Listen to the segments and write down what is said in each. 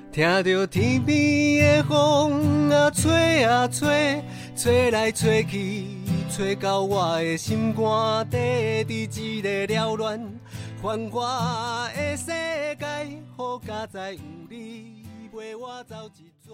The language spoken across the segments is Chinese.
听着天边的风吹吹，吹来吹去，吹到我的心肝底，伫一个缭乱繁华的世界，好佳哉有你陪我走一逝。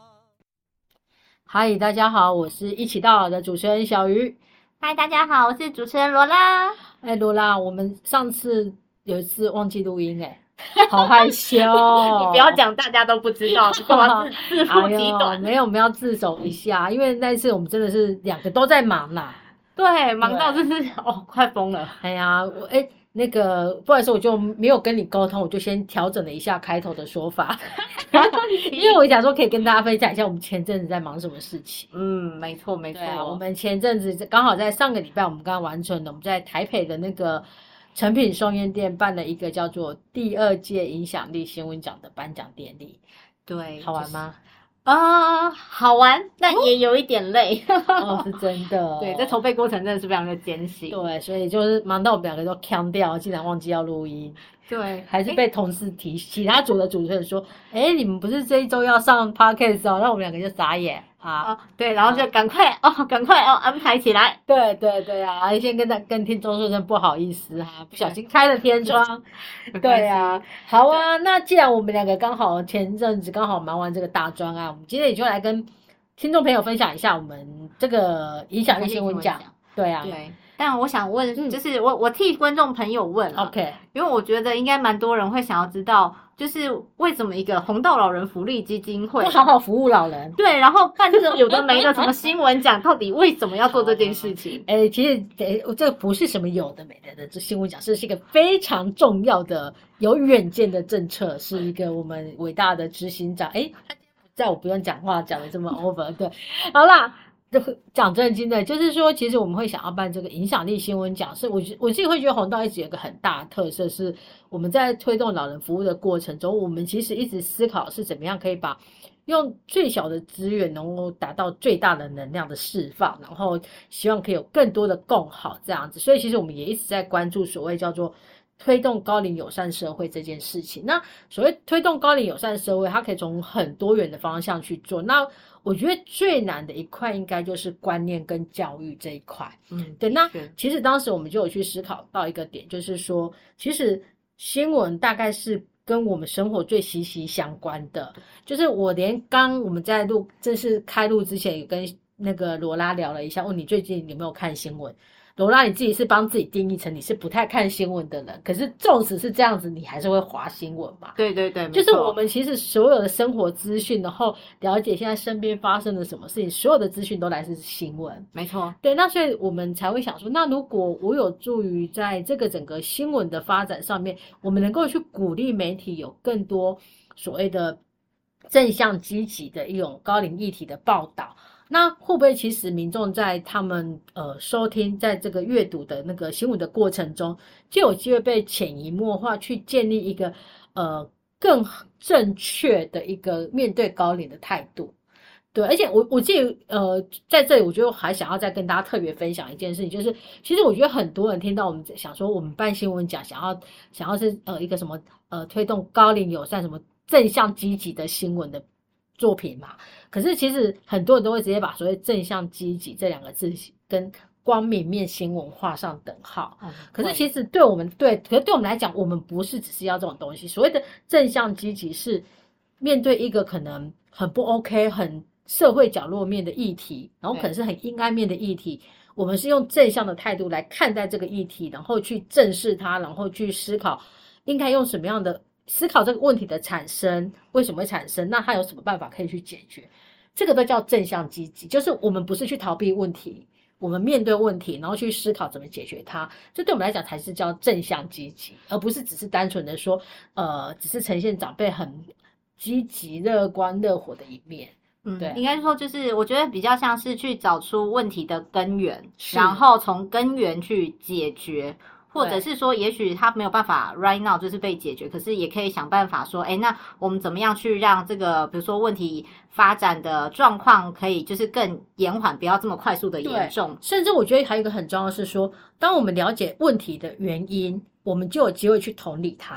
嗨，大家好，我是一起到老的主持人小鱼。 嗨，大家好，我是主持人罗拉。 罗拉，我们上次有一次忘记录音好害羞你不要讲大家都不知道，你干嘛自负其短？ 没有，我们要自首一下，因为那一次我们真的是两个都在忙啦。 对，忙到就是快疯了。 哎呀，那个不好意思，我就没有跟你沟通，我就先调整了一下开头的说法，因为我想说可以跟大家分享一下我们前阵子在忙什么事情。 没错没错。 我们前阵子刚好在上个礼拜，我们刚刚完成了我们在台北的那个诚品松烟店办了一个叫做第2届影响力新闻奖的颁奖典礼。 对， 好玩吗？ 好玩，但也有一点累。 是真的。 对，这筹备过程真的是非常的艰辛。 对，所以就是忙到我们两个都呛掉，竟然忘记要录音。 对， 还是被同事其他组的主持人说，你们不是这一周要上 podcast 哦，让我们两个就傻眼啊。 对，然后就赶快安排起来。 对啊，先跟听众说声不好意思不小心开了天窗。对啊，好啊，那既然我们两个刚好前阵子刚好忙完这个大专案，我们今天也就来跟听众朋友分享一下我们这个影响力新闻奖。对啊。 对。但我想问，就是我替观众朋友问 ，OK， 因为我觉得应该蛮多人会想要知道，就是为什么一个红道老人福利基金会不好好服务老人， 对，然后办这种有的没的什么新闻奖，到底为什么要做这件事情？ 其实这个不是什么有的没的这新闻奖，这是一个非常重要的有远见的政策，是一个我们伟大的执行长。他今天不在，我不用讲话讲的这么 over， 对，好啦。讲正经的，就是说，其实我们会想要办这个影响力新闻奖，是我自己会觉得红道一直有一个很大的特色，是我们在推动老人服务的过程中，我们其实一直思考是怎么样可以把用最小的资源能够达到最大的能量的释放，然后希望可以有更多的共好这样子。所以其实我们也一直在关注所谓叫做推动高龄友善社会这件事情。那所谓推动高龄友善社会，它可以从很多元的方向去做。那我觉得最难的一块应该就是观念跟教育这一块。对。那其实当时我们就有去思考到一个点，就是说，其实新闻大概是跟我们生活最息息相关的。就是我连我们在正式开录之前，也跟那个罗拉聊了一下，问你最近有没有看新闻。罗拉，你自己是帮自己定义成你是不太看新闻的人，可是纵使是这样子，你还是会滑新闻嘛？ 对， 就是我们其实所有的生活资讯，然后了解现在身边发生了什么事情，所有的资讯都来自新闻。 没错。 对，那所以我们才会想说，那如果我有助于在这个整个新闻的发展上面，我们能够去鼓励媒体有更多所谓的正向积极的一种高龄议题的报道，那会不会其实民众在他们收听在这个阅读的那个新闻的过程中，就有机会被潜移默化去建立一个更正确的一个面对高龄的态度。对，而且我自己在这里我觉得我还想要再跟大家特别分享一件事情，就是其实我觉得很多人听到我们想说我们办新闻奖，想要是一个什么推动高龄友善什么正向积极的新闻的作品嘛，可是其实很多人都会直接把所谓正向积极这两个字跟光明面新闻画上等号。可是其实可是对我们来讲，我们不是只是要这种东西。所谓的正向积极是面对一个可能很不 OK 很社会角落面的议题，然后可能是很阴暗面的议题，我们是用正向的态度来看待这个议题，然后去正视它，然后去思考应该用什么样的思考这个问题的产生，为什么会产生，那它有什么办法可以去解决，这个都叫正向积极。就是我们不是去逃避问题，我们面对问题，然后去思考怎么解决它，这对我们来讲才是叫正向积极，而不是只是单纯的说只是呈现长辈很积极乐观热火的一面。对， 应该说就是我觉得比较像是去找出问题的根源，然后从根源去解决，或者是说也许它没有办法 right now 就是被解决，可是也可以想办法说那我们怎么样去让这个比如说问题发展的状况可以就是更延缓，不要这么快速的严重。 甚至我觉得还有一个很重要的是说，当我们了解问题的原因，我们就有机会去同理它。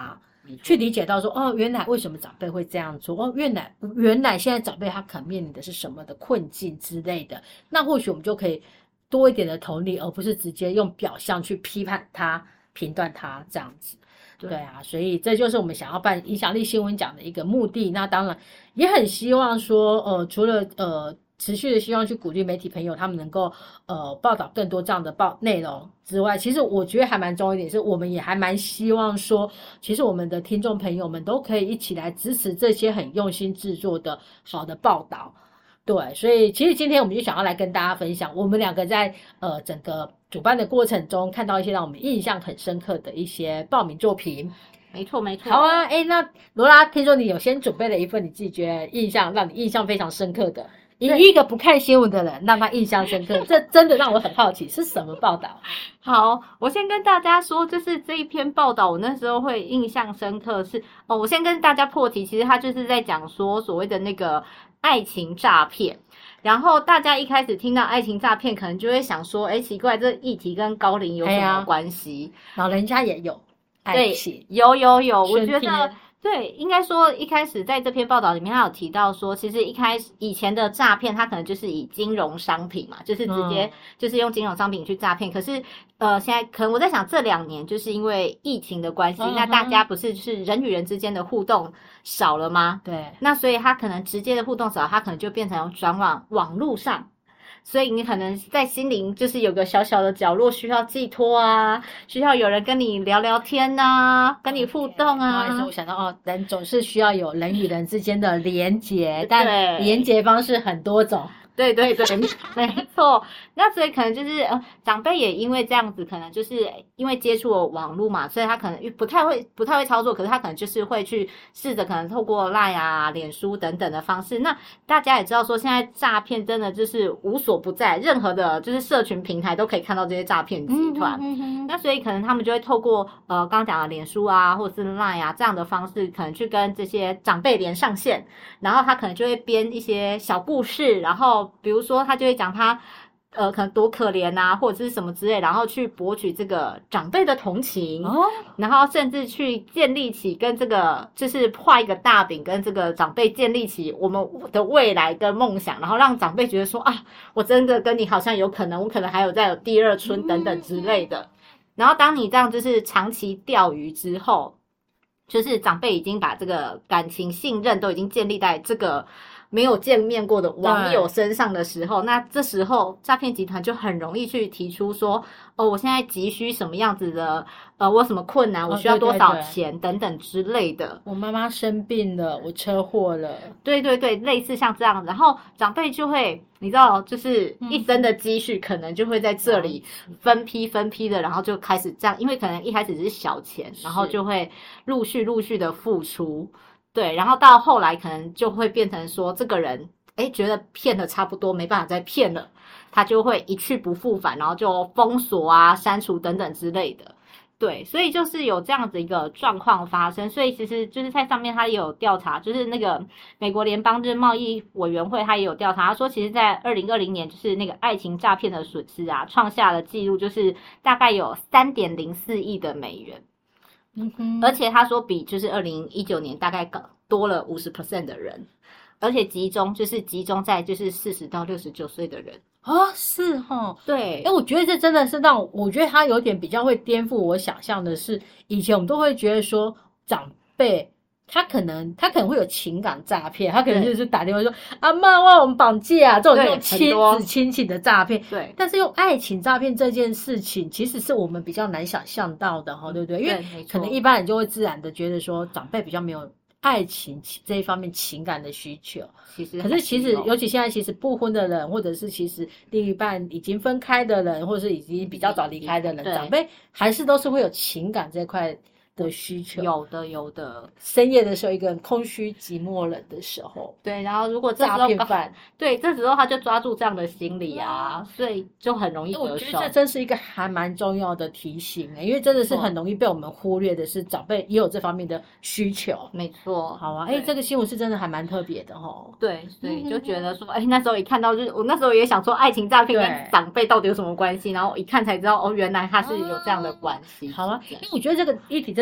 去理解到说，哦，原来为什么长辈会这样做？哦，原来现在长辈他可能面临的是什么的困境之类的。那或许我们就可以多一点的同理，而不是直接用表象去批判他、评断他这样子。对啊，所以这就是我们想要办影响力新闻奖的一个目的。那当然也很希望说，除了持续的希望去鼓励媒体朋友他们能够报道更多这样的内容之外，其实我觉得还蛮重要一点是，我们也还蛮希望说，其实我们的听众朋友们都可以一起来支持这些很用心制作的好的报道。对，所以其实今天我们就想要来跟大家分享，我们两个在整个主办的过程中看到一些让我们印象很深刻的一些报名作品。 没错没错。 好啊，那罗拉，听说你有先准备了一份你自己觉得让你印象非常深刻的，以一个不看新闻的人让他印象深刻，这真的让我很好奇是什么报道。 好，我先跟大家说，就是这一篇报道我那时候会印象深刻是我先跟大家破题，其实他就是在讲说所谓的那个爱情诈骗。然后大家一开始听到爱情诈骗，可能就会想说，奇怪，这议题跟高龄有什么关系？ 老人家也有爱情， 有，我觉得对，应该说一开始在这篇报道里面，他有提到说，其实以前的诈骗，它可能就是以金融商品嘛，就是直接就是用金融商品去诈骗。可是现在可能我在想，这2年就是因为疫情的关系，那大家不是人与人之间的互动少了吗？ 对， 那所以他可能直接的互动少，他可能就变成转往网络上。所以你可能在心灵就是有个小小的角落需要寄托啊，需要有人跟你聊聊天啊，跟你互动啊。 我想到人总是需要有人与人之间的连结，但连结方式很多种。 对，没错。那所以可能就是长辈也因为这样子，可能就是因为接触了网络嘛，所以他可能不太会操作，可是他可能就是会去试着可能透过 LINE 啊、脸书等等的方式。那大家也知道说，现在诈骗真的就是无所不在，任何的就是社群平台都可以看到这些诈骗集团。那所以可能他们就会透过刚刚讲的脸书啊，或者是 LINE 啊这样的方式，可能去跟这些长辈连上线，然后他可能就会编一些小故事，然后比如说他就会讲他可能多可怜啊，或者是什么之类，然后去博取这个长辈的同情，然后甚至去建立起跟这个就是画一个大饼，跟这个长辈建立起我们的未来跟梦想，然后让长辈觉得说啊，我真的跟你好像有可能，我可能还有再有第二春等等之类的。然后当你这样就是长期钓鱼之后，就是长辈已经把这个感情信任都已经建立在这个没有见面过的网友身上的时候，那这时候诈骗集团就很容易去提出说，我现在急需什么样子的，我有什么困难，我需要多少钱等等之类的。 我妈妈生病了，我车祸了。 对，类似像这样，然后长辈就会，你知道，就是一生的积蓄可能就会在这里分批的，然后就开始这样，因为可能一开始只是小钱，然后就会陆续的付出。对，然后到后来可能就会变成说，这个人觉得骗的差不多，没办法再骗了，他就会一去不复返，然后就封锁啊、删除等等之类的。对，所以就是有这样子一个状况发生。所以其实就是在上面他也有调查，就是那个美国联邦就是贸易委员会他也有调查，他说其实在2020年就是那个爱情诈骗的损失啊，创下了纪录，就是大概有3.04亿的美元。而且他说比就是2019年大概多了50% 的人，而且集中在就是40到69岁的人。 是齁， 对。 我觉得这真的是我觉得他有点比较会颠覆我想象的是，以前我们都会觉得说长辈他可能会有情感诈骗，他可能就是打电话说阿嬷我们绑架这种亲子亲情的诈骗。 对， 但是用爱情诈骗这件事情，其实是我们比较难想象到的对不对？因为可能一般人就会自然的觉得说长辈比较没有爱情这一方面情感的需求。可是其实尤其现在其实不婚的人，或者是其实另一半已经分开的人，或者是已经比较早离开的人，长辈还是都是会有情感这块的需求。 有的。 深夜的时候，一个人空虚寂寞冷的时候， 对，然后如果这时候诈骗犯， 对，这时候他就抓住这样的心理啊，所以就很容易得手。 我觉得这真是一个还蛮重要的提醒因为真的是很容易被我们忽略的是长辈也有这方面的需求。 没错。 好啊，这个新闻是真的还蛮特别的对，所以就觉得说那时候一看到就是我那时候也想说爱情诈骗跟长辈到底有什么关系，然后一看才知道原来它是有这样的关系。 好啊，因为我觉得这个议题真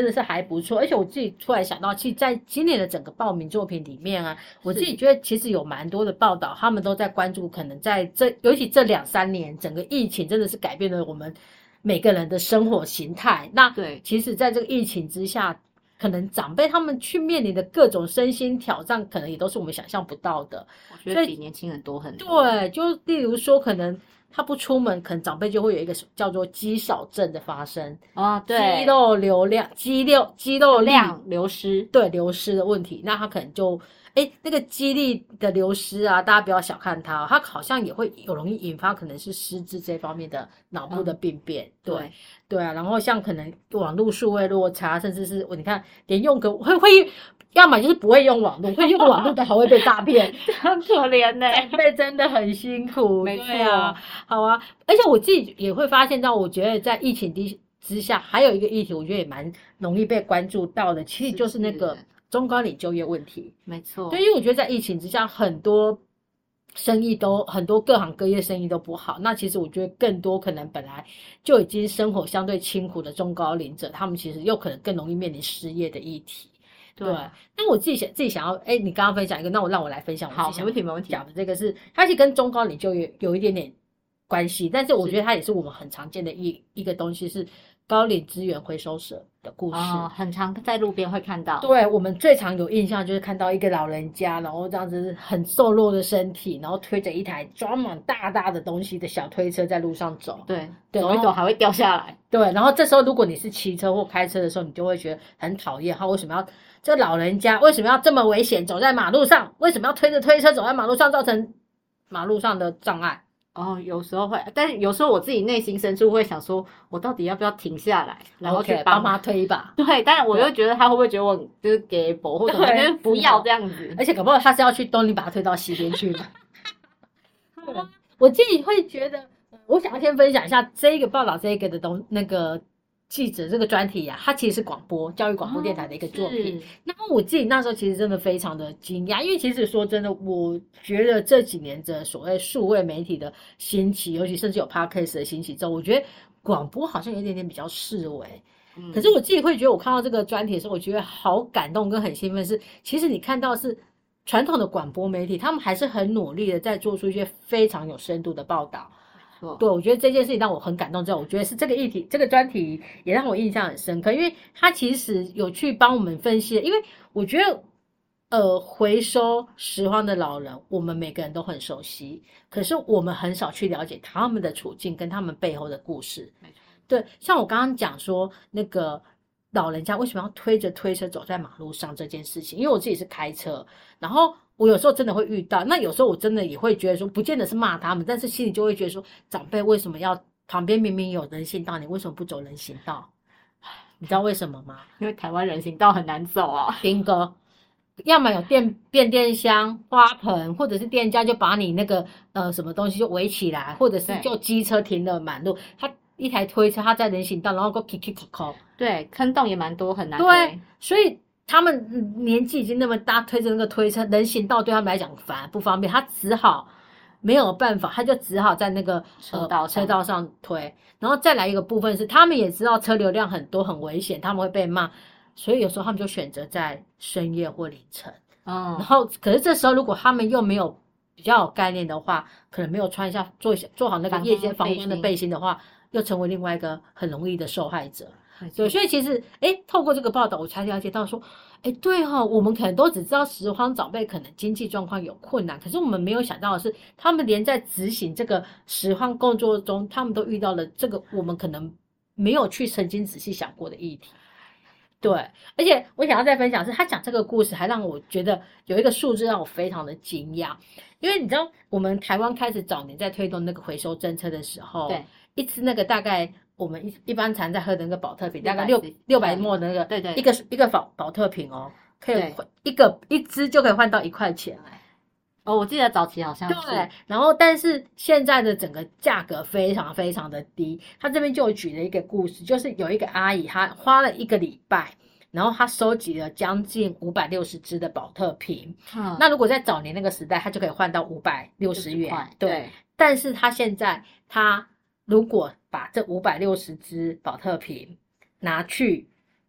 真的是还不错。而且我自己突然想到，其实在今年的整个报名作品里面啊，我自己觉得其实有蛮多的报道，他们都在关注可能在尤其这2-3年，整个疫情真的是改变了我们每个人的生活形态。那对， 其实在这个疫情之下，可能长辈他们去面临的各种身心挑战，可能也都是我们想象不到的。 我觉得比年轻人多很多。 对，就例如说，可能他不出门，可能长辈就会有一个叫做肌少症的发生。 对， 肌肉流量、肌肉量流失， 对，流失的问题，那他可能就那个肌力的流失啊，大家不要小看它，它好像也会有容易引发可能是失智这方面的脑部的病变。对啊，然后像可能网络数位落差，甚至是你看连用个会要么就是不会用网络，会用网络的还会被诈骗， 很可怜呢， 长辈真的很辛苦。 没错， 好啊，而且我自己也会发现到，我觉得在疫情之下，还有一个议题，我觉得也蛮容易被关注到的，其实就是那个中高龄就业问题。 没错， 对，因为我觉得在疫情之下，很多各行各业生意都不好。那其实我觉得更多可能本来就已经生活相对清苦的中高龄者，他们其实又可能更容易面临失业的议题。对，那我自己想要，你刚刚分享一个，那让我来分享我自己没问题讲的这个是，它是跟中高龄就业有一点点关系，但是我觉得它也是我们很常见的一个东西，是高龄资源回收社的故事。 很常在路边会看到。 对，我们最常有印象就是看到一个老人家，然后这样子很瘦弱的身体，然后推着一台装满大大的东西的小推车在路上走。 对，走一走还会掉下来。 对，然后这时候如果你是骑车或开车的时候，你就会觉得很讨厌，他为什么要这老人家为什么要这么危险走在马路上？为什么要推着推车走在马路上，造成马路上的障碍？ 有时候会，但是有时候我自己内心深处会想说，我到底要不要停下来，然后去帮他推一把？ 对，但是我又觉得他会不会觉得我就是给薄或者就是不要这样子？ 而且搞不好他是要去东，你把他推到西边去嘛。我自己会觉得，我想要先分享一下这个报道这个的那个记者这个专题啊，它其实是教育广播电台的一个作品。然后我自己那时候其实真的非常的惊讶，因为其实说真的，我觉得这几年的所谓数位媒体的兴起，尤其甚至有 podcast 的兴起之后，我觉得广播好像有一点点比较式微。可是我自己会觉得，我看到这个专题的时候，我觉得好感动跟很兴奋是，其实你看到是传统的广播媒体，他们还是很努力的在做出一些非常有深度的报道。对，我觉得这件事情让我很感动之后，我觉得是这个议题，这个专题也让我印象很深刻，因为他其实有去帮我们分析，因为我觉得回收拾荒的老人，我们每个人都很熟悉，可是我们很少去了解他们的处境跟他们背后的故事。 没错， 对，像我刚刚讲说那个老人家为什么要推着推车走在马路上这件事情，因为我自己是开车，然后我有时候真的会遇到，那有时候我真的也会觉得说，不见得是骂他们，但是心里就会觉得说，长辈为什么要旁边明明有人行道，你为什么不走人行道？你知道为什么吗？ 因为台湾人行道很难走啊。 bingo，要么有变电箱、花盆，或者是店家就把你那个什么东西就围起来，或者是就机车停了满路，他一台推车，他在人行道，然后个 k 对，坑洞也蛮多，很难推。 对，所以他们年纪已经那么大，推着那个推车，人行道对他们来讲反而不方便，他只好没有办法，他就只好在那个车道上推。然后再来一个部分是，他们也知道车流量很多很危险，他们会被骂，所以有时候他们就选择在深夜或凌晨。然后可是这时候如果他们又没有比较有概念的话，可能没有穿一下做好那个夜间防光的背心的话，又成为另外一个很容易的受害者。对，所以其实透过这个报道我才了解到说，对我们可能都只知道拾荒长辈可能经济状况有困难，可是我们没有想到的是，他们连在执行这个拾荒工作中，他们都遇到了这个我们可能没有去曾经仔细想过的议题。对，而且我想要再分享是，他讲这个故事还让我觉得有一个数字让我非常的惊讶，因为你知道我们台湾开始早年在推动那个回收政策的时候， 对， 一支那个大概我们一般常在喝的那个保特瓶，大概600ml的那个， 对对， 一个保特瓶可以一支就可以换到1块钱。 我记得早期好像是。 对，然后但是现在的整个价格非常非常的低。他这边就有举了一个故事，就是有一个阿姨，她花了1个礼拜，然后她收集了将近560支的保特瓶。那如果在早年那个时代，她就可以换到560元。对，但是她现在，她如果把这560支保特瓶拿去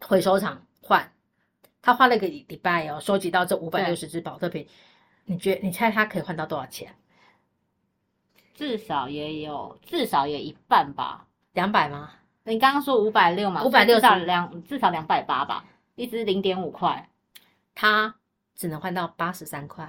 回收厂换，他花了一个礼拜哦，收集到这560只保特瓶，你猜他可以换到多少钱？ 至少也一半吧。 200吗？ 你刚刚说560嘛，560至少280吧，一支0.5块， 他只能换到83块。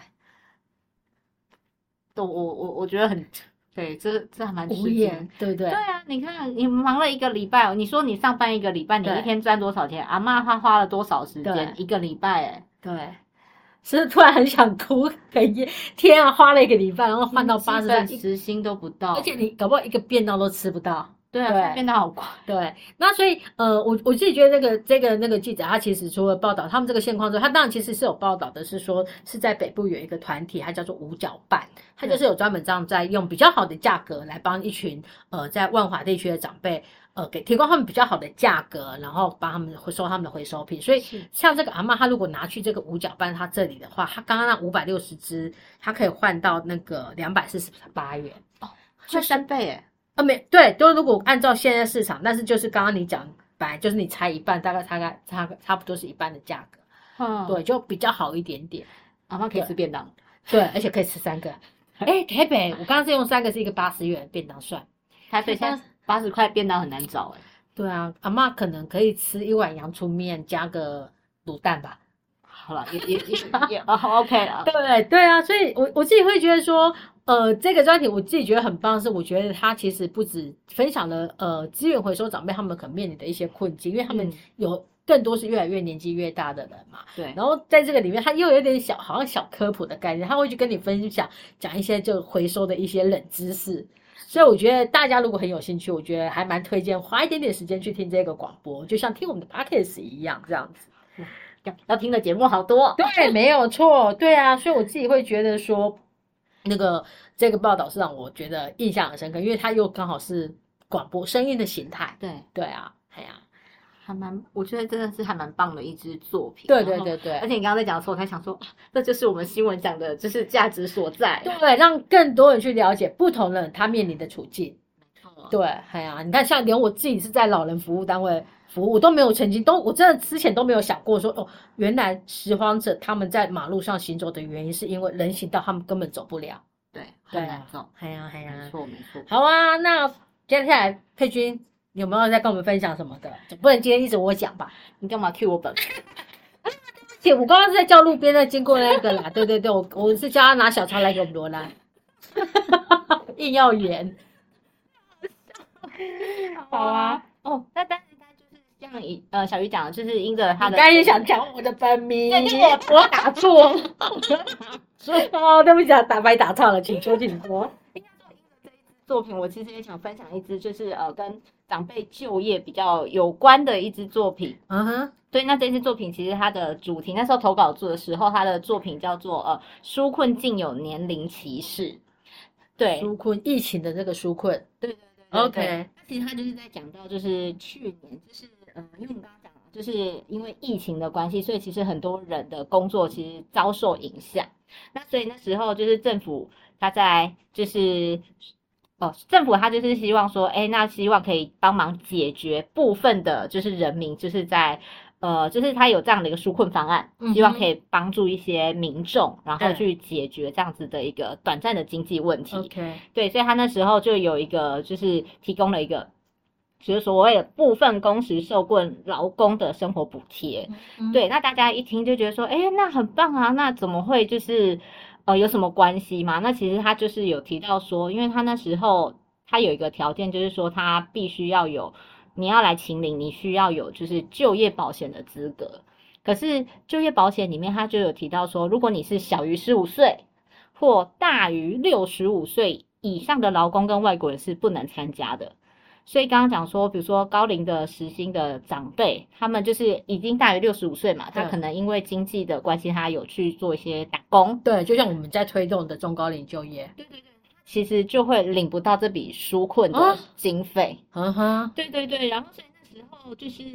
我觉得很，对，这还蛮无言，对不对？ 对啊，你看你忙了1个礼拜，你说你上班1个礼拜，你一天赚多少钱？阿嬷她花了多少时间？1个礼拜，哎， 对，是突然很想哭，天啊，花了1个礼拜，然后换到83， 时薪都不到， 而且你搞不好一个便当都吃不到。 对啊，便当好快。 对，那所以我自己觉得那个记者他其实除了报道他们这个现况之后，他当然其实是有报道的是说是在北部有一个团体，它叫做五角半，它就是有专门这样在用比较好的价格来帮一群在万华地区的长辈给提供他们比较好的价格，然后帮他们收他们的回收品。所以像这个阿嬷，她如果拿去这个五角半她这里的话，她刚刚那560只，她可以换到那个248元哦，快3倍耶。 对，都如果按照现在市场，但是就是刚刚你讲，本来就是你拆一半，大概差不多是一半的价格，对，就比较好一点点。 阿嬷可以吃便当， 对，而且可以吃3个。台北我刚刚是用3个是一个80元便当算， 台北现在80块便当很难找对啊，阿嬷可能可以吃一碗洋葱面加个卤蛋吧。 好了，也OK 了。 对啊，所以我自己会觉得说。这个专题我自己觉得很棒，是我觉得它其实不止分享了资源回收长辈他们可能面临的一些困境，因为他们有更多是越来越年纪越大的人嘛。 对。 然后在这个里面，他又有点好像小科普的概念，他会去跟你分享讲一些就回收的一些冷知识。所以我觉得大家如果很有兴趣，我觉得还蛮推荐花一点点时间去听这个广播，就像听我们的 podcast 一样这样子。 要听的节目好多。 对，没有错。对啊，所以我自己会觉得说。这个报道是让我觉得印象很深刻，因为它又刚好是广播声音的形态。对啊， 我觉得真的是还蛮棒的一支作品。 对。 而且你刚刚在讲的时候，我才想说，这就是我们新闻讲的，就是价值所在。 对，让更多人去了解不同人他面临的处境。对，你看，像连我自己是在老人服务单位服务，我都没有我真的之前都没有想过说，原来拾荒者他们在马路上行走的原因是因为人行道他们根本走不了。 对，很难走。 没错。 好啊，那接下来佩君有没有再跟我们分享什么的？总不能今天一直我讲吧？ 你干嘛 cue 我本？ 我刚刚是在叫路边的经过那个啦。对，我是叫他拿小抄来给我们罗兰，硬要圆。 好啊。那但是他就是像小鱼讲的，就是因着他的， 刚才想讲我的本名， 我打错。 对不起，打岔了，请说。应该说这一支作品，我其实也想分享一支，就是跟长辈就业比较有关的一支作品。对，那这支作品其实它的主题，那时候投稿做的时候，它的作品叫做纾困竟有年龄歧视。对， 纾困疫情的这个纾困。 对。 OK， 其实他就是在讲到，就是去年，就是因为我们刚刚讲了，就是因为疫情的关系，所以其实很多人的工作其实遭受影响。那所以那时候就是政府他在就是政府他就是希望说，那希望可以帮忙解决部分的，就是人民就是在就是他有这样的一个纾困方案，希望可以帮助一些民众，然后去解决这样子的一个短暂的经济问题。 OK， 对，所以他那时候就有一个，就是提供了一个，就是所谓的部分工时受困劳工的生活补贴。对，那大家一听就觉得说，那很棒啊，那怎么会就是有什么关系吗？那其实他就是有提到说，因为他那时候他有一个条件，就是说他必须要有。你要来秦岭，你需要有就是就业保险的资格。可是就业保险里面，他就有提到说，如果你是小于15岁或大于65岁以上的劳工跟外国人是不能参加的。所以刚刚讲说，比如说高龄的时薪的长辈，他们就是已经大于65岁嘛，他可能因为经济的关系，他有去做一些打工。 对，就像我们在推动的中高龄就业。 对。其实就会领不到这笔纾困的经费。 对， 然后所以那时候就是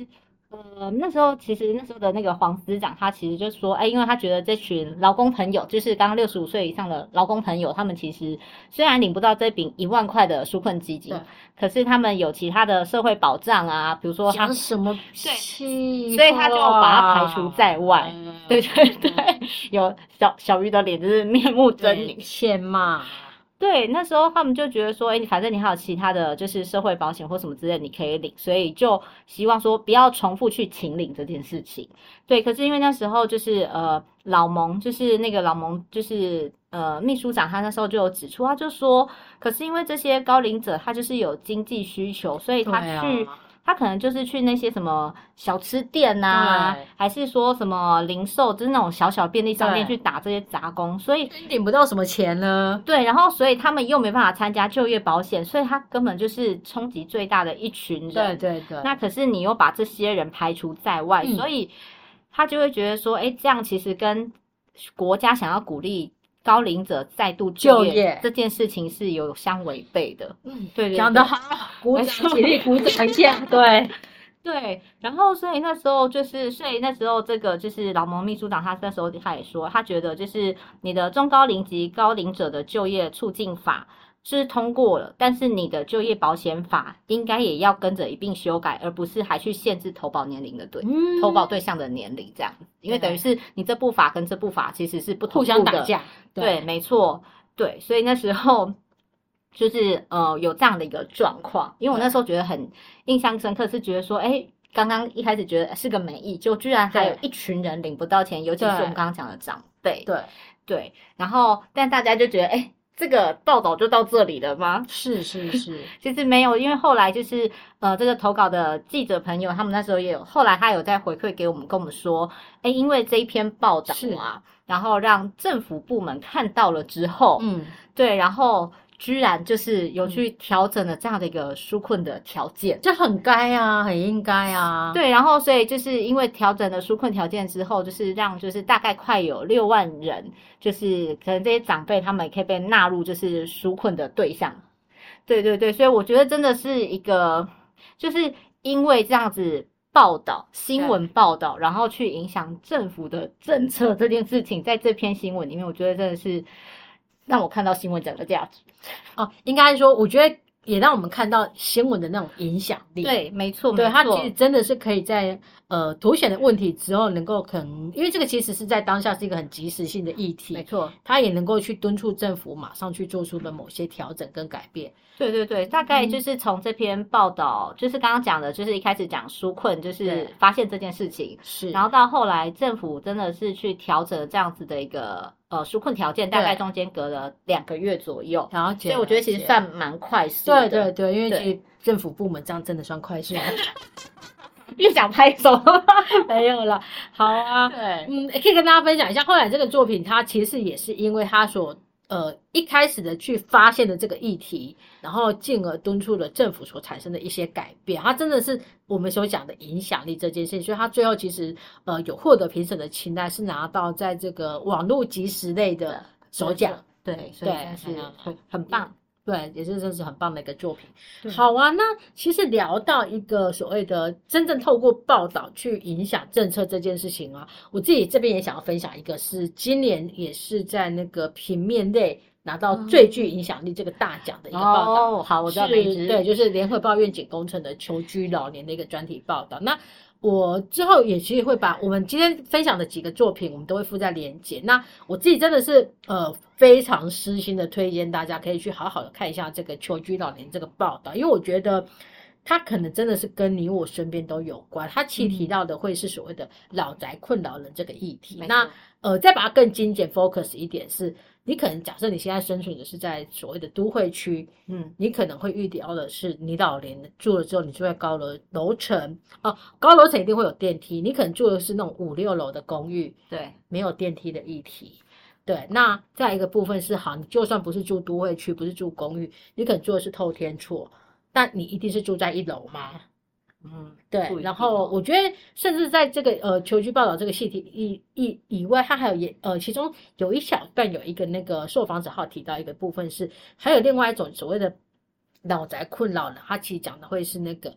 那时候的那个黄司长，他其实就说，因为他觉得这群劳工朋友，就是刚刚65岁以上的劳工朋友，他们其实虽然领不到这笔1万块的纾困基金，可是他们有其他的社会保障啊，比如说讲什么屁，所以他就把他排除在外。对对对，有小鱼的脸就是面目狰狞， 欠骂。 对，那时候他们就觉得说，反正你还有其他的就是社会保险或什么之类你可以领，所以就希望说不要重复去请领这件事情。对，可是因为那时候就是老蒙就是那个老蒙就是秘书长，他那时候就有指出，他就说，可是因为这些高龄者他就是有经济需求，所以他可能就是去那些什么小吃店啊，还是说什么零售，就是那种小小便利商店去打这些杂工，所以领不到什么钱呢。 对，然后所以他们又没办法参加就业保险，所以他根本就是冲击最大的一群人。 对。 那可是你又把这些人排除在外，所以他就会觉得说，这样其实跟国家想要鼓励高龄者再度就业这件事情是有相违背的。对， 讲得好，鼓掌，起立，鼓掌一下。 对，然后所以那时候这个就是老蒙秘书长，他那时候他也说，他觉得就是你的中高龄及高龄者的就业促进法是通过了，但是你的就业保险法应该也要跟着一并修改，而不是还去限制投保年龄的投保对象的年龄这样，因为等于是你这部法跟这部法其实是不同步的， 互相打架。 对，没错，对，所以那时候就是有这样的一个状况，因为我那时候觉得很印象深刻，是觉得说，刚刚一开始觉得是个美意，就居然还有一群人领不到钱，尤其是我们刚刚讲的长辈。对，然后但大家就觉得，这个报道就到这里了吗？ 是， 其实没有，因为后来就是这个投稿的记者朋友，他们那时候也有，后来他有在回馈给我们，跟我们说，因为这一篇报道啊，然后让政府部门看到了之后，对，然后居然就是有去调整了这样的一个纾困的条件， 这很该啊，很应该啊。 对，然后所以就是因为调整了纾困条件之后，就是让就是大概快有6万人，就是可能这些长辈他们也可以被纳入就是纾困的对象。对，所以我觉得真的是一个，就是因为这样子新闻报道，然后去影响政府的政策这件事情，在这篇新闻里面，我觉得真的是让我看到新闻整个价值。 应该说，我觉得也让我们看到新闻的那种影响力。 对，没错， 对，它其实真的是可以在凸显的问题之后，能够可能，因为这个其实是在当下是一个很及时性的议题， 没错， 它也能够去敦促政府马上去做出的某些调整跟改变。 对，大概就是从这篇报道，就是刚刚讲的，就是一开始讲纾困，就是发现这件事情， 是， 然后到后来政府真的是去调整这样子的一个纾困条件，大概中间隔了2个月左右， 了解， 所以我觉得其实算蛮快速的。 对，因为其实政府部门这样真的算快速。 又想拍手没有了，好啊， 对， 可以跟大家分享一下，后来这个作品它其实也是因为它所一开始的去发现的这个议题，然后进而敦促了政府所产生的一些改变，它真的是我们所讲的影响力这件事情，所以它最后其实有获得评审的青睐，是拿到在这个网络即时类的首奖， 对，所以是很棒。 对，也是真是很棒的一个作品。好啊，那其实聊到一个所谓的真正透过报道去影响政策这件事情啊，我自己这边也想要分享一个，是今年也是在那个平面类拿到最具影响力这个大奖的一个报道。 好，我知道哪一支。 对，就是联合报愿景工程的求居老年的一个专题报道。那我之后也其实会把我们今天分享的几个作品，我们都会附在连结。那我自己真的是非常私心的推荐大家可以去好好的看一下这个求居老年这个报道，因为我觉得它可能真的是跟你我身边都有关。它其实提到的会是所谓的老宅困扰人这个议题。那再把它更精简 focus 一点是，你可能假设你现在生存的是在所谓的都会区，你可能会遇到的是你老年住了之后，你住在高楼层高楼层一定会有电梯，你可能住的是那种5、6楼的公寓， 对， 没有电梯的议题。对，那再一个部分是，好，你就算不是住都会区，不是住公寓，你可能住的是透天厝，但你一定是住在1楼吗？对。然后我觉得，甚至在这个求居报道这个系题以外，它还有其中有一小段有一个那个受访者号提到一个部分是，还有另外一种所谓的老宅困扰呢，它其实讲的会是那个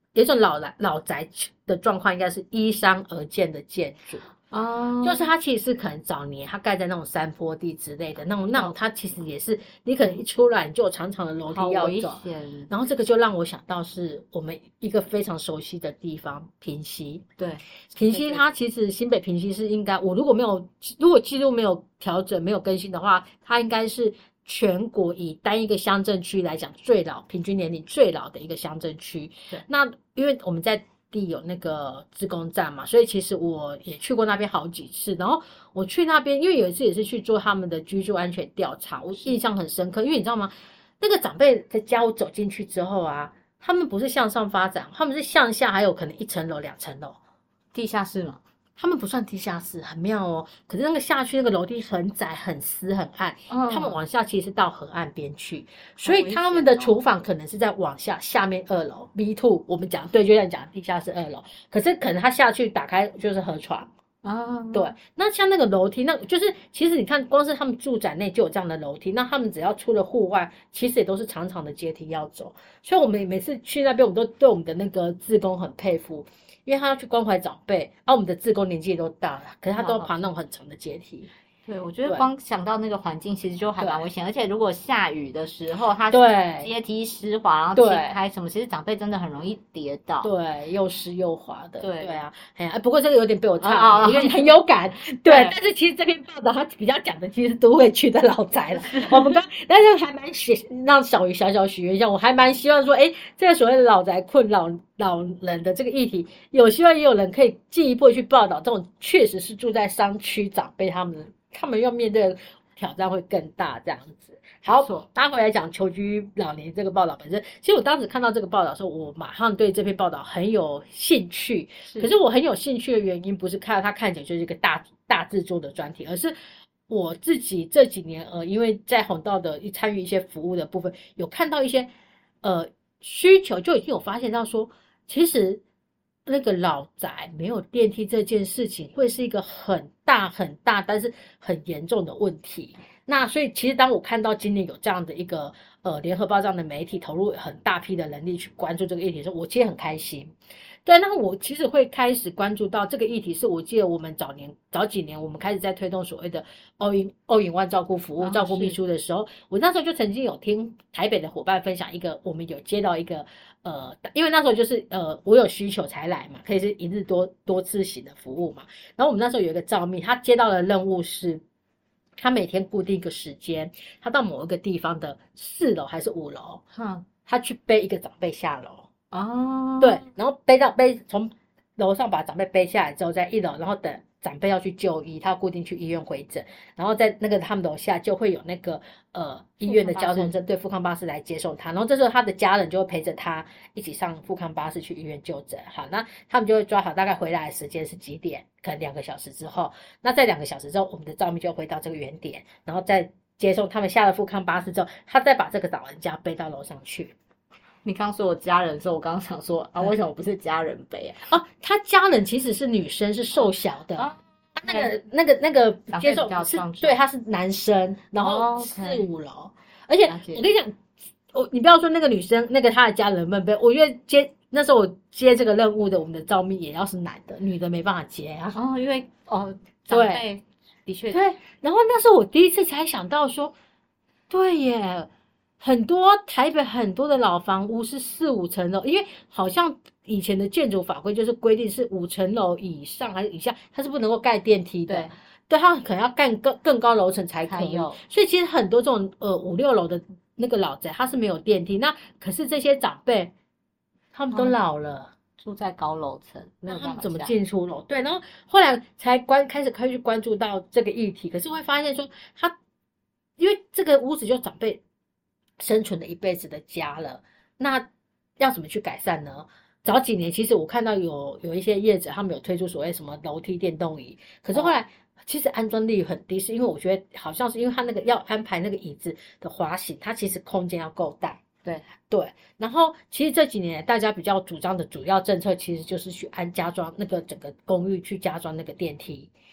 有一种老宅的状况，应该是依山而建的建筑。就是它其实是可能早年它盖在那种山坡地之类的那种，它其实也是你可能一出来你就有长长的楼梯要走，然后这个就让我想到是我们一个非常熟悉的地方平溪。 对， 平溪它其实新北平溪是应该我如果记录没有调整没有更新的话，它应该是全国以单一个乡镇区来讲最老平均年龄最老的一个乡镇区。那因为我们在地有那个志工站嘛，所以其实我也去过那边好几次。然后我去那边，因为有一次也是去做他们的居住安全调查，我印象很深刻。因为你知道吗，那个长辈的家我走进去之后啊，他们不是向上发展，他们是向下，还有可能1层楼2层楼， 地下室嘛。 他们不算地下室，很妙哦。可是那个下去那个楼梯很窄、很湿、很暗，他们往下其实是到河岸边去，所以他们的厨房可能是在往下面2楼 B2， 我们讲对，就像讲地下室2楼，可是可能他下去打开就是河床。对，那像那个楼梯，那就是其实你看，光是他们住宅内就有这样的楼梯，那他们只要出了户外，其实也都是长长的阶梯要走。所以我们每次去那边，我们都对我们的那个志工很佩服。因为他要去关怀长辈，我们的志工年纪也都大了，可是他都要爬那种很长的阶梯。 对，我觉得光想到那个环境，其实就还蛮危险。而且如果下雨的时候，它阶梯湿滑，然后倾开什么，其实长辈真的很容易跌倒。 对，又湿又滑的。 对啊，不过这个有点被我岔题，因为很有感。对，但是其实这篇报道它比较讲的其实是都会区的老宅了。我们但是还蛮让小鱼小许愿一下，我还蛮希望说，这个所谓的老宅困扰老人的这个议题，有希望也有人可以进一步去报道这种确实是住在商区长辈他们要面对的挑战会更大这样子。好，搭回来讲求居老年这个报道本身，其实我当时看到这个报道的时候，我马上对这篇报道很有兴趣。可是我很有兴趣的原因不是看到它看起来就是一个大制作的专题，而是我自己这几年因为在弘道的参与一些服务的部分，有看到一些需求，就已经有发现到说，其实那个老宅没有电梯这件事情会是一个很大但是很严重的问题。那所以其实当我看到今年有这样的一个联合报这样的媒体投入很大批的人力去关注这个议题的时候，我其实很开心。对，那我其实会开始关注到这个议题，是我记得我们早几年我们开始在推动所谓的all in one 照顾服务、照顾秘书的时候，我那时候就曾经有听台北的伙伴分享一个，我们有接到一个因为那时候就是我有需求才来嘛，可以是一日多次型的服务嘛。然后我们那时候有一个照密，他接到的任务是，他每天固定一个时间，他到某一个地方的4楼还是5楼，他去背一个长辈下楼。对，然后从楼上把长辈背下来之后，在1楼，然后等长辈要去就医，他固定去医院回诊，然后在那个他们楼下就会有那个医院的交通对富康巴士来接送他，然后这时候他的家人就会陪着他一起上富康巴士去医院就诊。好，那他们就会抓好大概回来的时间是几点，可能2个小时之后，那在2个小时之后，我们的照明就回到这个原点，然后再接送他们下了富康巴士之后，他再把这个老人家背到楼上去。 你刚说我家人的时候，我刚刚想说为什么不是家人背他家人其实是女生，是瘦小的。那个接受是对，他是男生，然后4、5楼，而且我跟你讲，你不要说那个女生，那个他的家人们背，我觉得那时候我接这个任务的，我们的照密也要是男的，女的没办法接啊。 因为长辈的确对。然后那时候我第一次才想到说，对耶。很多台北很多的老房屋是4、5层楼，因为好像以前的建筑法规就是规定是5层楼以上还是以下，它是不能够盖电梯的。对，它可能要盖更高楼层才可以。所以其实很多这种5、6楼的那个老宅，它是没有电梯。那可是这些长辈，他们都老了， 住在高楼层， 那他们怎么进出楼？对，然后后来才开始去关注到这个议题，可是会发现说，因为这个屋子就长辈生存了一辈子的家了，那要怎么去改善呢？早几年其实我看到有一些业者他们有推出所谓什么楼梯电动椅，可是后来其实安装率很低，是因为我觉得好像是因为他那个要安排那个椅子的滑行，它其实空间要够大。对，然后其实这几年大家比较主张的主要政策其实就是去加装那个整个公寓去加装那个电梯。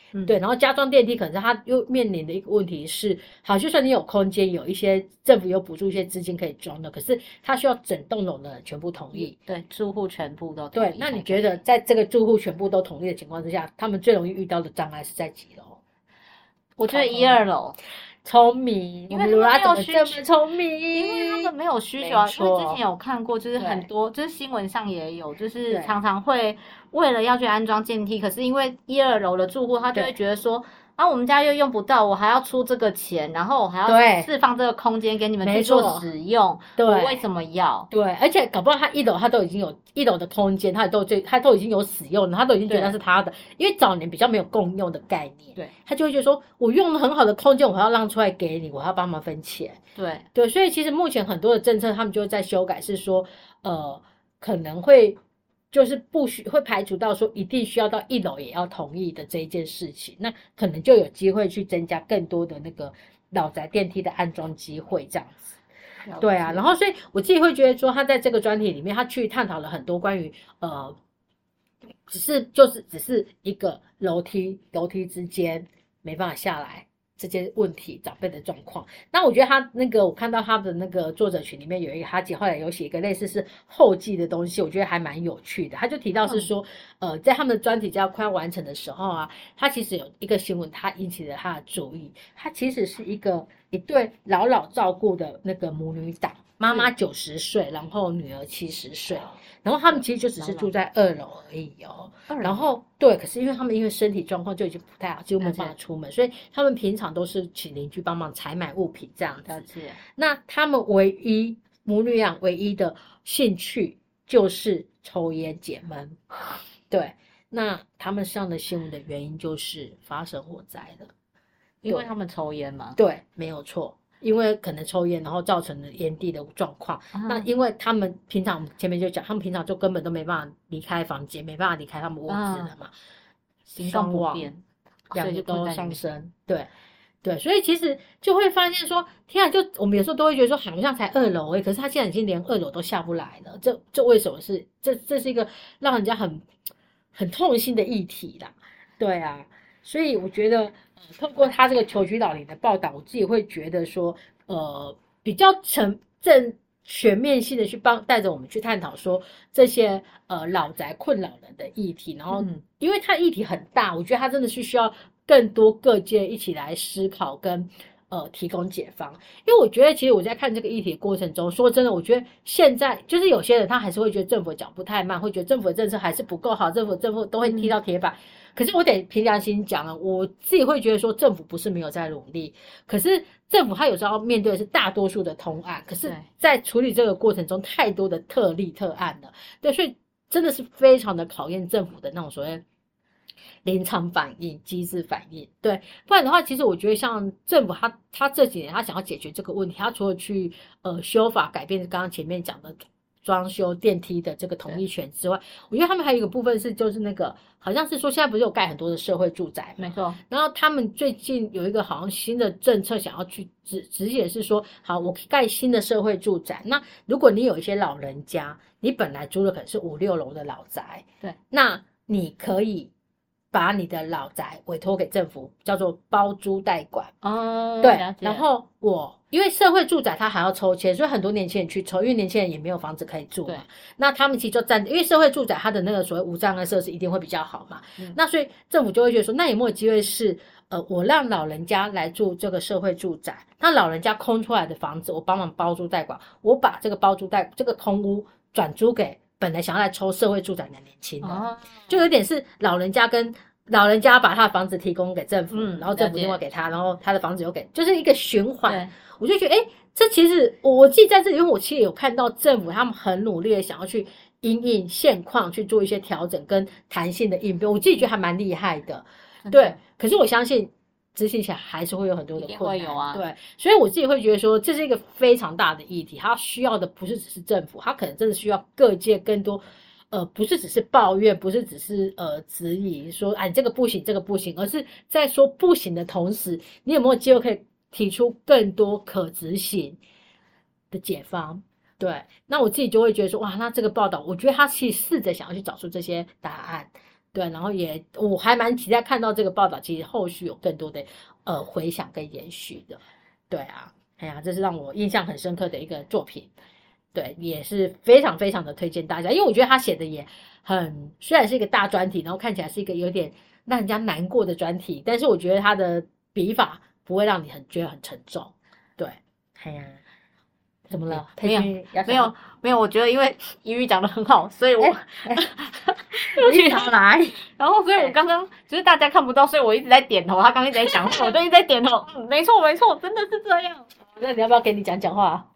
对，然后加装电梯，可能它又面临的一个问题是，好，就算你有空间，有一些政府有补助一些资金可以装的，可是它需要整栋楼的人全部同意。 对，住户全部都同意。 对，那你觉得在这个住户全部都同意的情况之下，他们最容易遇到的障碍是在几楼？ 我觉得1、2楼。 聪明， 因为他们没有需求， 这么聪明， 因为他们没有需求啊。因为之前有看过，就是很多，就是新闻上也有，就是常常会为了要去安装电梯，可是因为1、2楼的住户，他就会觉得说，啊，我们家又用不到，我还要出这个钱，然后我还要释放这个空间给你们去做使用，我为什么要？ 对，而且搞不好他1楼他都已经有1楼的空间，他都已经有使用了，他都已经觉得那是他的，因为早年比较没有共用的概念， 对， 他就会觉得说我用了很好的空间，我还要让出来给你，我还要帮忙分钱，对，所以其实目前很多的政策他们就在修改，是说可能会。就是会排除到说一定需要到1楼也要同意的这一件事情，那可能就有机会去增加更多的那个老宅电梯的安装机会这样子。对啊，然后所以我自己会觉得说，他在这个专题里面，他去探讨了很多关于只是一个楼梯之间没办法下来这些问题，长辈的状况。那我觉得他那个，我看到他的那个作者群里面有一个，他后来有写一个类似是后记的东西，我觉得还蛮有趣的。他就提到是说，在他们的专题快要完成的时候啊，他其实有一个新闻，他引起了他的注意。他其实是一对老照顾的那个母女档，妈妈90岁，然后女儿70岁。然后他们其实就只是住在2楼而已哦。然后对，可是因为身体状况就已经不太好，几乎没办法出门，所以他们平常都是请邻居帮忙采买物品这样子。那他们母女俩唯一的兴趣就是抽烟解闷。对，那他们上的新闻的原因就是发生火灾了， 因为他们抽烟吗？ 对，没有错。因为可能抽烟，然后造成了烟蒂的状况。那因为他们平常前面就讲，他们平常就根本都没办法离开房间，没办法离开他们屋子了嘛， 行动不便 ，2个都丧生。对，所以其实就会发现说，天啊，就我们有时候都会觉得说，好像才2楼可是他现在已经连2楼都下不来了。这为什么是？这是一个让人家很痛心的议题啦。对啊，所以我觉得。透过他这个求取老龄的报道，我自己会觉得说，比较全面性的去带着我们去探讨说这些老宅困扰人的议题，然后因为它议题很大，我觉得它真的是需要更多各界一起来思考跟提供解方。因为我觉得其实我在看这个议题的过程中，说真的，我觉得现在就是有些人他还是会觉得政府的脚步太慢，会觉得政府的政策还是不够好，政府都会踢到铁板。可是我得凭良心讲了，我自己会觉得说政府不是没有在努力，可是政府他有时候要面对的是大多数的通案，可是在处理这个过程中太多的特例特案了。对，所以真的是非常的考验政府的那种所谓临场反应、机制反应。对，不然的话，其实我觉得像政府他这几年他想要解决这个问题，他除了去修法改变刚刚前面讲的装修电梯的这个同意权之外，我觉得他们还有一个部分是就是那个好像是说现在不是有盖很多的社会住宅嘛， 没错。 然后他们最近有一个好像新的政策想要去直接是说，好，我盖新的社会住宅，那如果你有一些老人家，你本来租的可能是5、6楼的老宅， 对， 那你可以把你的老宅委托给政府，叫做包租代管。对，然后因为社会住宅它还要抽签，所以很多年轻人去抽，因为年轻人也没有房子可以住嘛。那他们其实就因为社会住宅它的那个所谓无障碍设施一定会比较好嘛。那所以政府就会觉得说，那有没有机会是我让老人家来住这个社会住宅，那老人家空出来的房子我帮忙包租代管，我把这个这个空屋转租给本来想要来抽社会住宅的年轻人，就有点是老人家把他的房子提供给政府，然后政府另外给他，然后他的房子又给，就是一个循环。我就觉得这其实我自己在这里，因为我其实有看到政府他们很努力的想要去因应现况去做一些调整跟弹性的应变，我自己觉得还蛮厉害的。对，可是我相信执行起来还是会有很多的困难。 会有啊。 对，所以我自己会觉得说，这是一个非常大的议题，它需要的不是只是政府，它可能真的需要各界更多。不是只是抱怨，不是只是质疑说你这个不行，这个不行，而是在说不行的同时，你有没有机会可以提出更多可执行的解方？对，那我自己就会觉得说，哇，那这个报道，我觉得他其实试着想要去找出这些答案。 对，然后我还蛮期待看到这个报道，其实后续有更多的回响跟延续的。对啊，哎呀，这是让我印象很深刻的一个作品。对，也是非常非常的推荐大家，因为我觉得他写的也虽然是一个大专题，然后看起来是一个有点让人家难过的专题，但是我觉得他的笔法不会让你觉得很沉重。对，哎呀，怎么了？ 没有，我觉得因为怡瑜讲的很好，所以我你少来。 然后所以我刚刚就是大家看不到，所以我一直在点头，他刚刚一直在讲话，我就一直在点头。没错，真的是这样。 那你要不要给你讲话？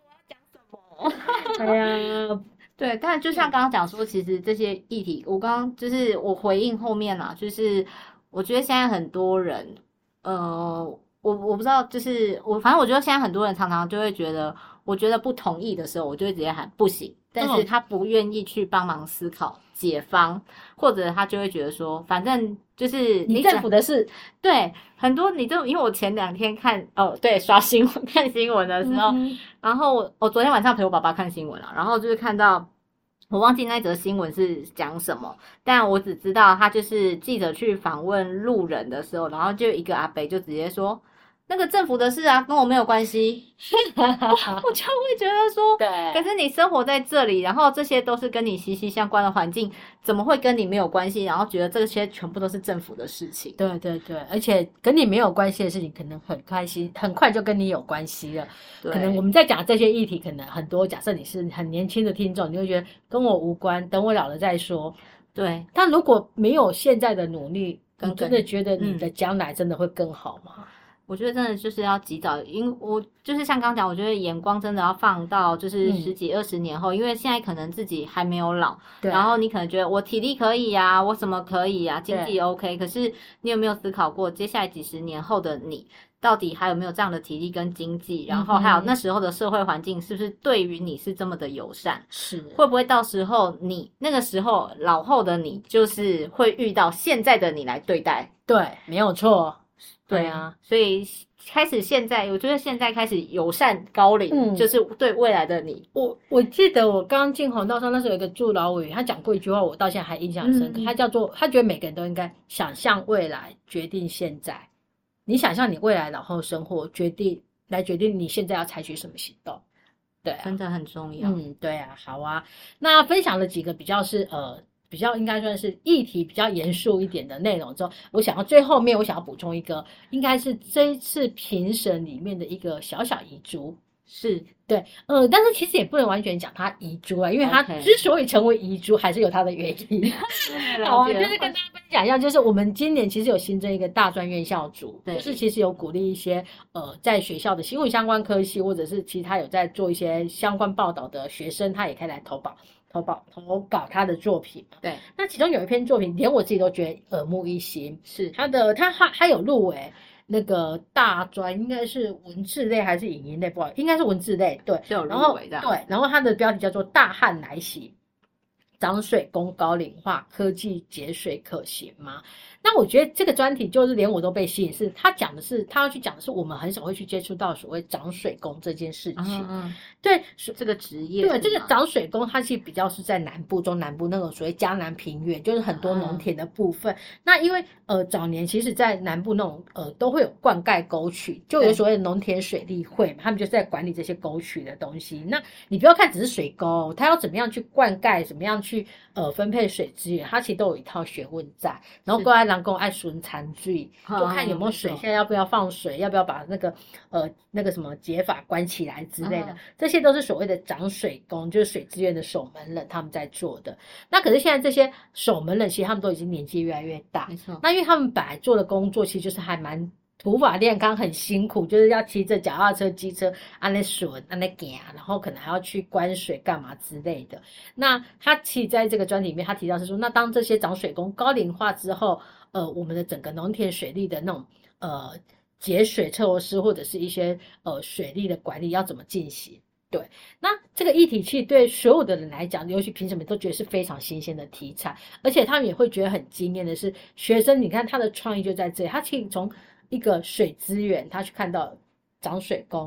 哎呀， 对，但就像刚刚讲说，其实这些议题，我刚刚就是我回应后面啦，就是我觉得现在很多人，我不知道，就是反正我觉得现在很多人常常就会觉得，我觉得不同意的时候，我就会直接喊不行，但是他不愿意去帮忙思考解方，或者他就会觉得说，反正就是你政府的事。 对，很多因为我前2天刷新闻看新闻的时候，然后我昨天晚上陪我爸爸看新闻了，然后就是看到我忘记那则新闻是讲什么，但我只知道他就是记者去访问路人的时候，然后就一个阿伯就直接说，那个政府的事啊，跟我没有关系。我就会觉得说， 对， 可是你生活在这里，然后这些都是跟你息息相关的环境，怎么会跟你没有关系？然后觉得这些全部都是政府的事情。 对，而且跟你没有关系的事情，可能很快就跟你有关系了。可能我们在讲这些议题，可能很多假设你是很年轻的听众，你会觉得跟我无关，等我老了再说。 对， 但如果没有现在的努力，你真的觉得你的将来真的会更好吗？ 我觉得真的就是要及早，因为我就是像刚讲，我觉得眼光真的要放到就是10几20年后，因为现在可能自己还没有老，然后你可能觉得我体力可以啊，我什么可以啊，经济 OK， 可是你有没有思考过接下来几十年后的你到底还有没有这样的体力跟经济，然后还有那时候的社会环境是不是对于你是这么的友善， 是会不会到时候你那个时候老后的你就是会遇到现在的你来对待。 对，没有错。 对啊，所以现在我觉得现在开始友善高龄，就是对未来的你。 我记得我刚进红道上那时候有一个驻老委员，他讲过一句话，我到现在还印象深刻。他叫做他觉得每个人都应该想象未来，决定现在。你想象你未来老后生活，决定你现在要采取什么行动。对啊， 真的很重要。 对啊，好啊。那分享了几个比较应该算是议题比较严肃一点的内容之后，最后面我想要补充一个，应该是这一次评审里面的一个小小遗珠。 是对，但是其实也不能完全讲它遗珠啊，因为它之所以成为遗珠，还是有它的原因。好，就是跟大家分享一下，就是我们今年其实有新增一个大专院校组，就是其实有鼓励一些在学校的新闻相关科系，或者是其他有在做一些相关报道的学生，他也可以来投稿他的作品。 对， 那其中有一篇作品，连我自己都觉得耳目一新， 是他有入围。那个大专应该是文字类还是影音类？不好，应该是文字类。对， 就有入围的。 对，然后它的标题叫做《大旱来袭，涨水工高龄化，科技节水可行吗？》那我觉得这个专题就是连我都被吸引，是他要去讲的是我们很少会去接触到所谓涨水工这件事情。对， 这个职业。 对，这个涨水工它其实比较是在中南部那种所谓嘉南平原，就是很多农田的部分。那因为早年其实在南部那种都会有灌溉沟渠，就有所谓的农田水利会嘛，他们就是在管理这些沟渠的东西。那你不要看只是水沟，它要怎么样去灌溉，怎么样去分配水资源，它其实都有一套学问在。然后过来人工爱损残水，就看有没有水，现在要不要放水，要不要把那个什么解法关起来之类的，这些都是所谓的涨水工，就是水资源的守门人他们在做的。那可是现在这些守门人其实他们都已经年纪越来越大， 没错。 那因为他们本来做的工作其实就是还蛮土法炼钢，很辛苦，就是要骑着脚踏车、机车按那顺按那行，然后可能还要去关水干嘛之类的。那他其实在这个专题里面，他提到是说，那当这些涨水工高龄化之后，我们的整个农田水利的那种节水措施或者是一些水利的管理要怎么进行？对，那这个议题其实对所有的人来讲，尤其评审们都觉得是非常新鲜的题材，而且他们也会觉得很惊艳的是，学生你看他的创意就在这里，他其实从一个水资源，他去看到涨水工，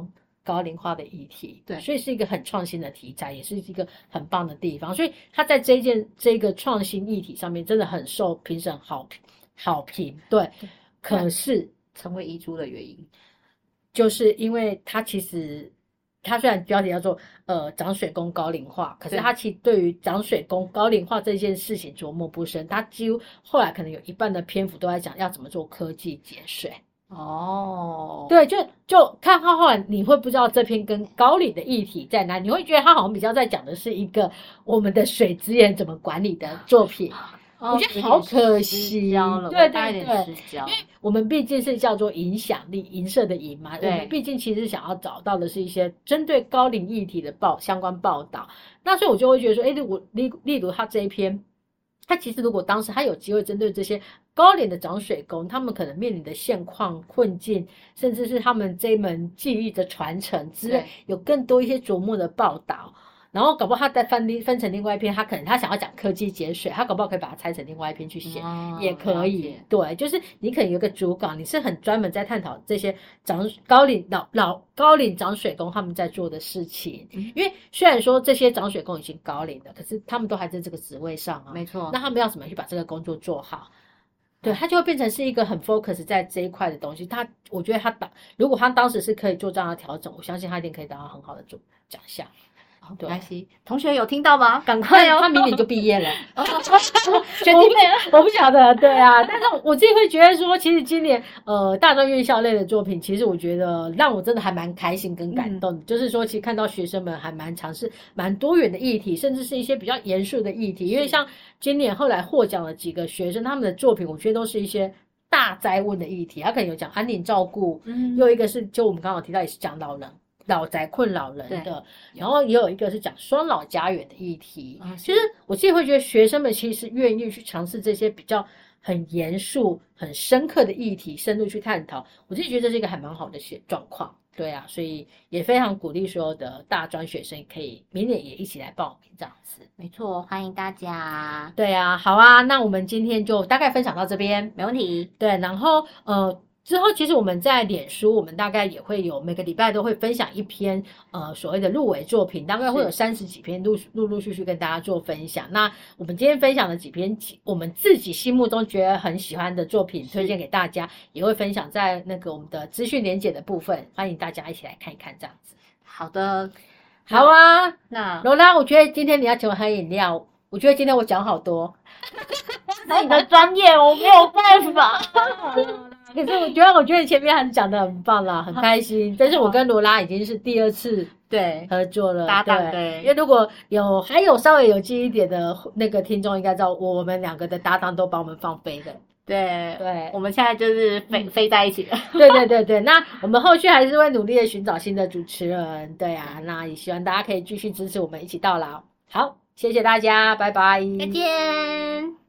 高龄化的议题， 对， 所以是一个很创新的题材，也是一个很棒的地方。所以他在这个创新议题上面，真的很受评审好评。对，可是成为遗珠的原因， 就是因为他其实。他虽然标题叫做长水工高龄化，可是他其实对于长水工高龄化这件事情琢磨不深，他几乎后来可能有一半的篇幅都在讲要怎么做科技节水。 哦， 对，就看到后来你会不知道这篇跟高龄的议题在哪，你会觉得他好像比较在讲的是一个我们的水资源怎么管理的作品。我觉得好可惜，对对对，因为我们毕竟是叫做影响力影射的影嘛，我们毕竟其实想要找到的是一些针对高龄议题的相关报道，那所以我就会觉得说，例如他这一篇，他其实如果当时他有机会针对这些高龄的长水工，他们可能面临的现况困境，甚至是他们这一门技艺的传承之类，有更多一些琢磨的报道。然后搞不好他再分成另外一篇，他可能他想要讲科技节水，他搞不好可以把它拆成另外一篇去写，也可以。对，就是你可能有个主稿，你是很专门在探讨这些高龄长水工他们在做的事情。因为虽然说这些长水工已经高龄了，可是他们都还在这个职位上啊， 没错。 那他们要怎么去把这个工作做好？对，他就会变成是一个很 focus 在这一块的东西。我觉得如果他当时是可以做这样的调整，我相信他一定可以得到很好的奖项。 没关系，同学有听到吗？赶快哦！ 他明年就毕业了，学弟妹，我不晓得，对啊。但是我自己会觉得说，其实今年大专院校类的作品，其实我觉得让我真的还蛮开心跟感动。就是说，其实看到学生们还蛮尝试蛮多元的议题，甚至是一些比较严肃的议题。因为像今年后来获奖的几个学生，他们的作品，我觉得都是一些大灾问的议题。他可能有讲安宁照顾，又一个是就我们刚刚提到也是讲老宅困扰人的，然后也有一个是讲双老家园的议题。其实我自己会觉得学生们其实愿意去尝试这些比较很严肃很深刻的议题深入去探讨，我自己觉得这是一个还蛮好的状况。对啊，所以也非常鼓励所有的大专学生可以明年也一起来报名这样子。 没错，欢迎大家。 对啊，好啊，那我们今天就大概分享到这边， 没问题。 对，然后之后其实我们在脸书，我们大概也会有每个礼拜都会分享一篇所谓的入围作品，大概会有30几篇陆续跟大家做分享。那我们今天分享的几篇我们自己心目中觉得很喜欢的作品推荐给大家，也会分享在那个我们的资讯连结的部分，欢迎大家一起来看一看这样子。 好的， 好啊。 那罗拉，我觉得今天你要请我喝饮料，我觉得今天我讲好多。 那你的专业我没有办法。 可是我觉得前面还是讲得很棒啦，很开心。但是我跟罗拉已经是第2次合作了， 搭档对。 因为如果还有稍微有记忆一点的那个听众应该知道，我们2个的搭档都把我们放飞的。 对，我们现在就是飞在一起了。 对，那我们后续还是会努力的寻找新的主持人。对啊，那也希望大家可以继续支持我们一起到老。好，谢谢大家，拜拜， 再见。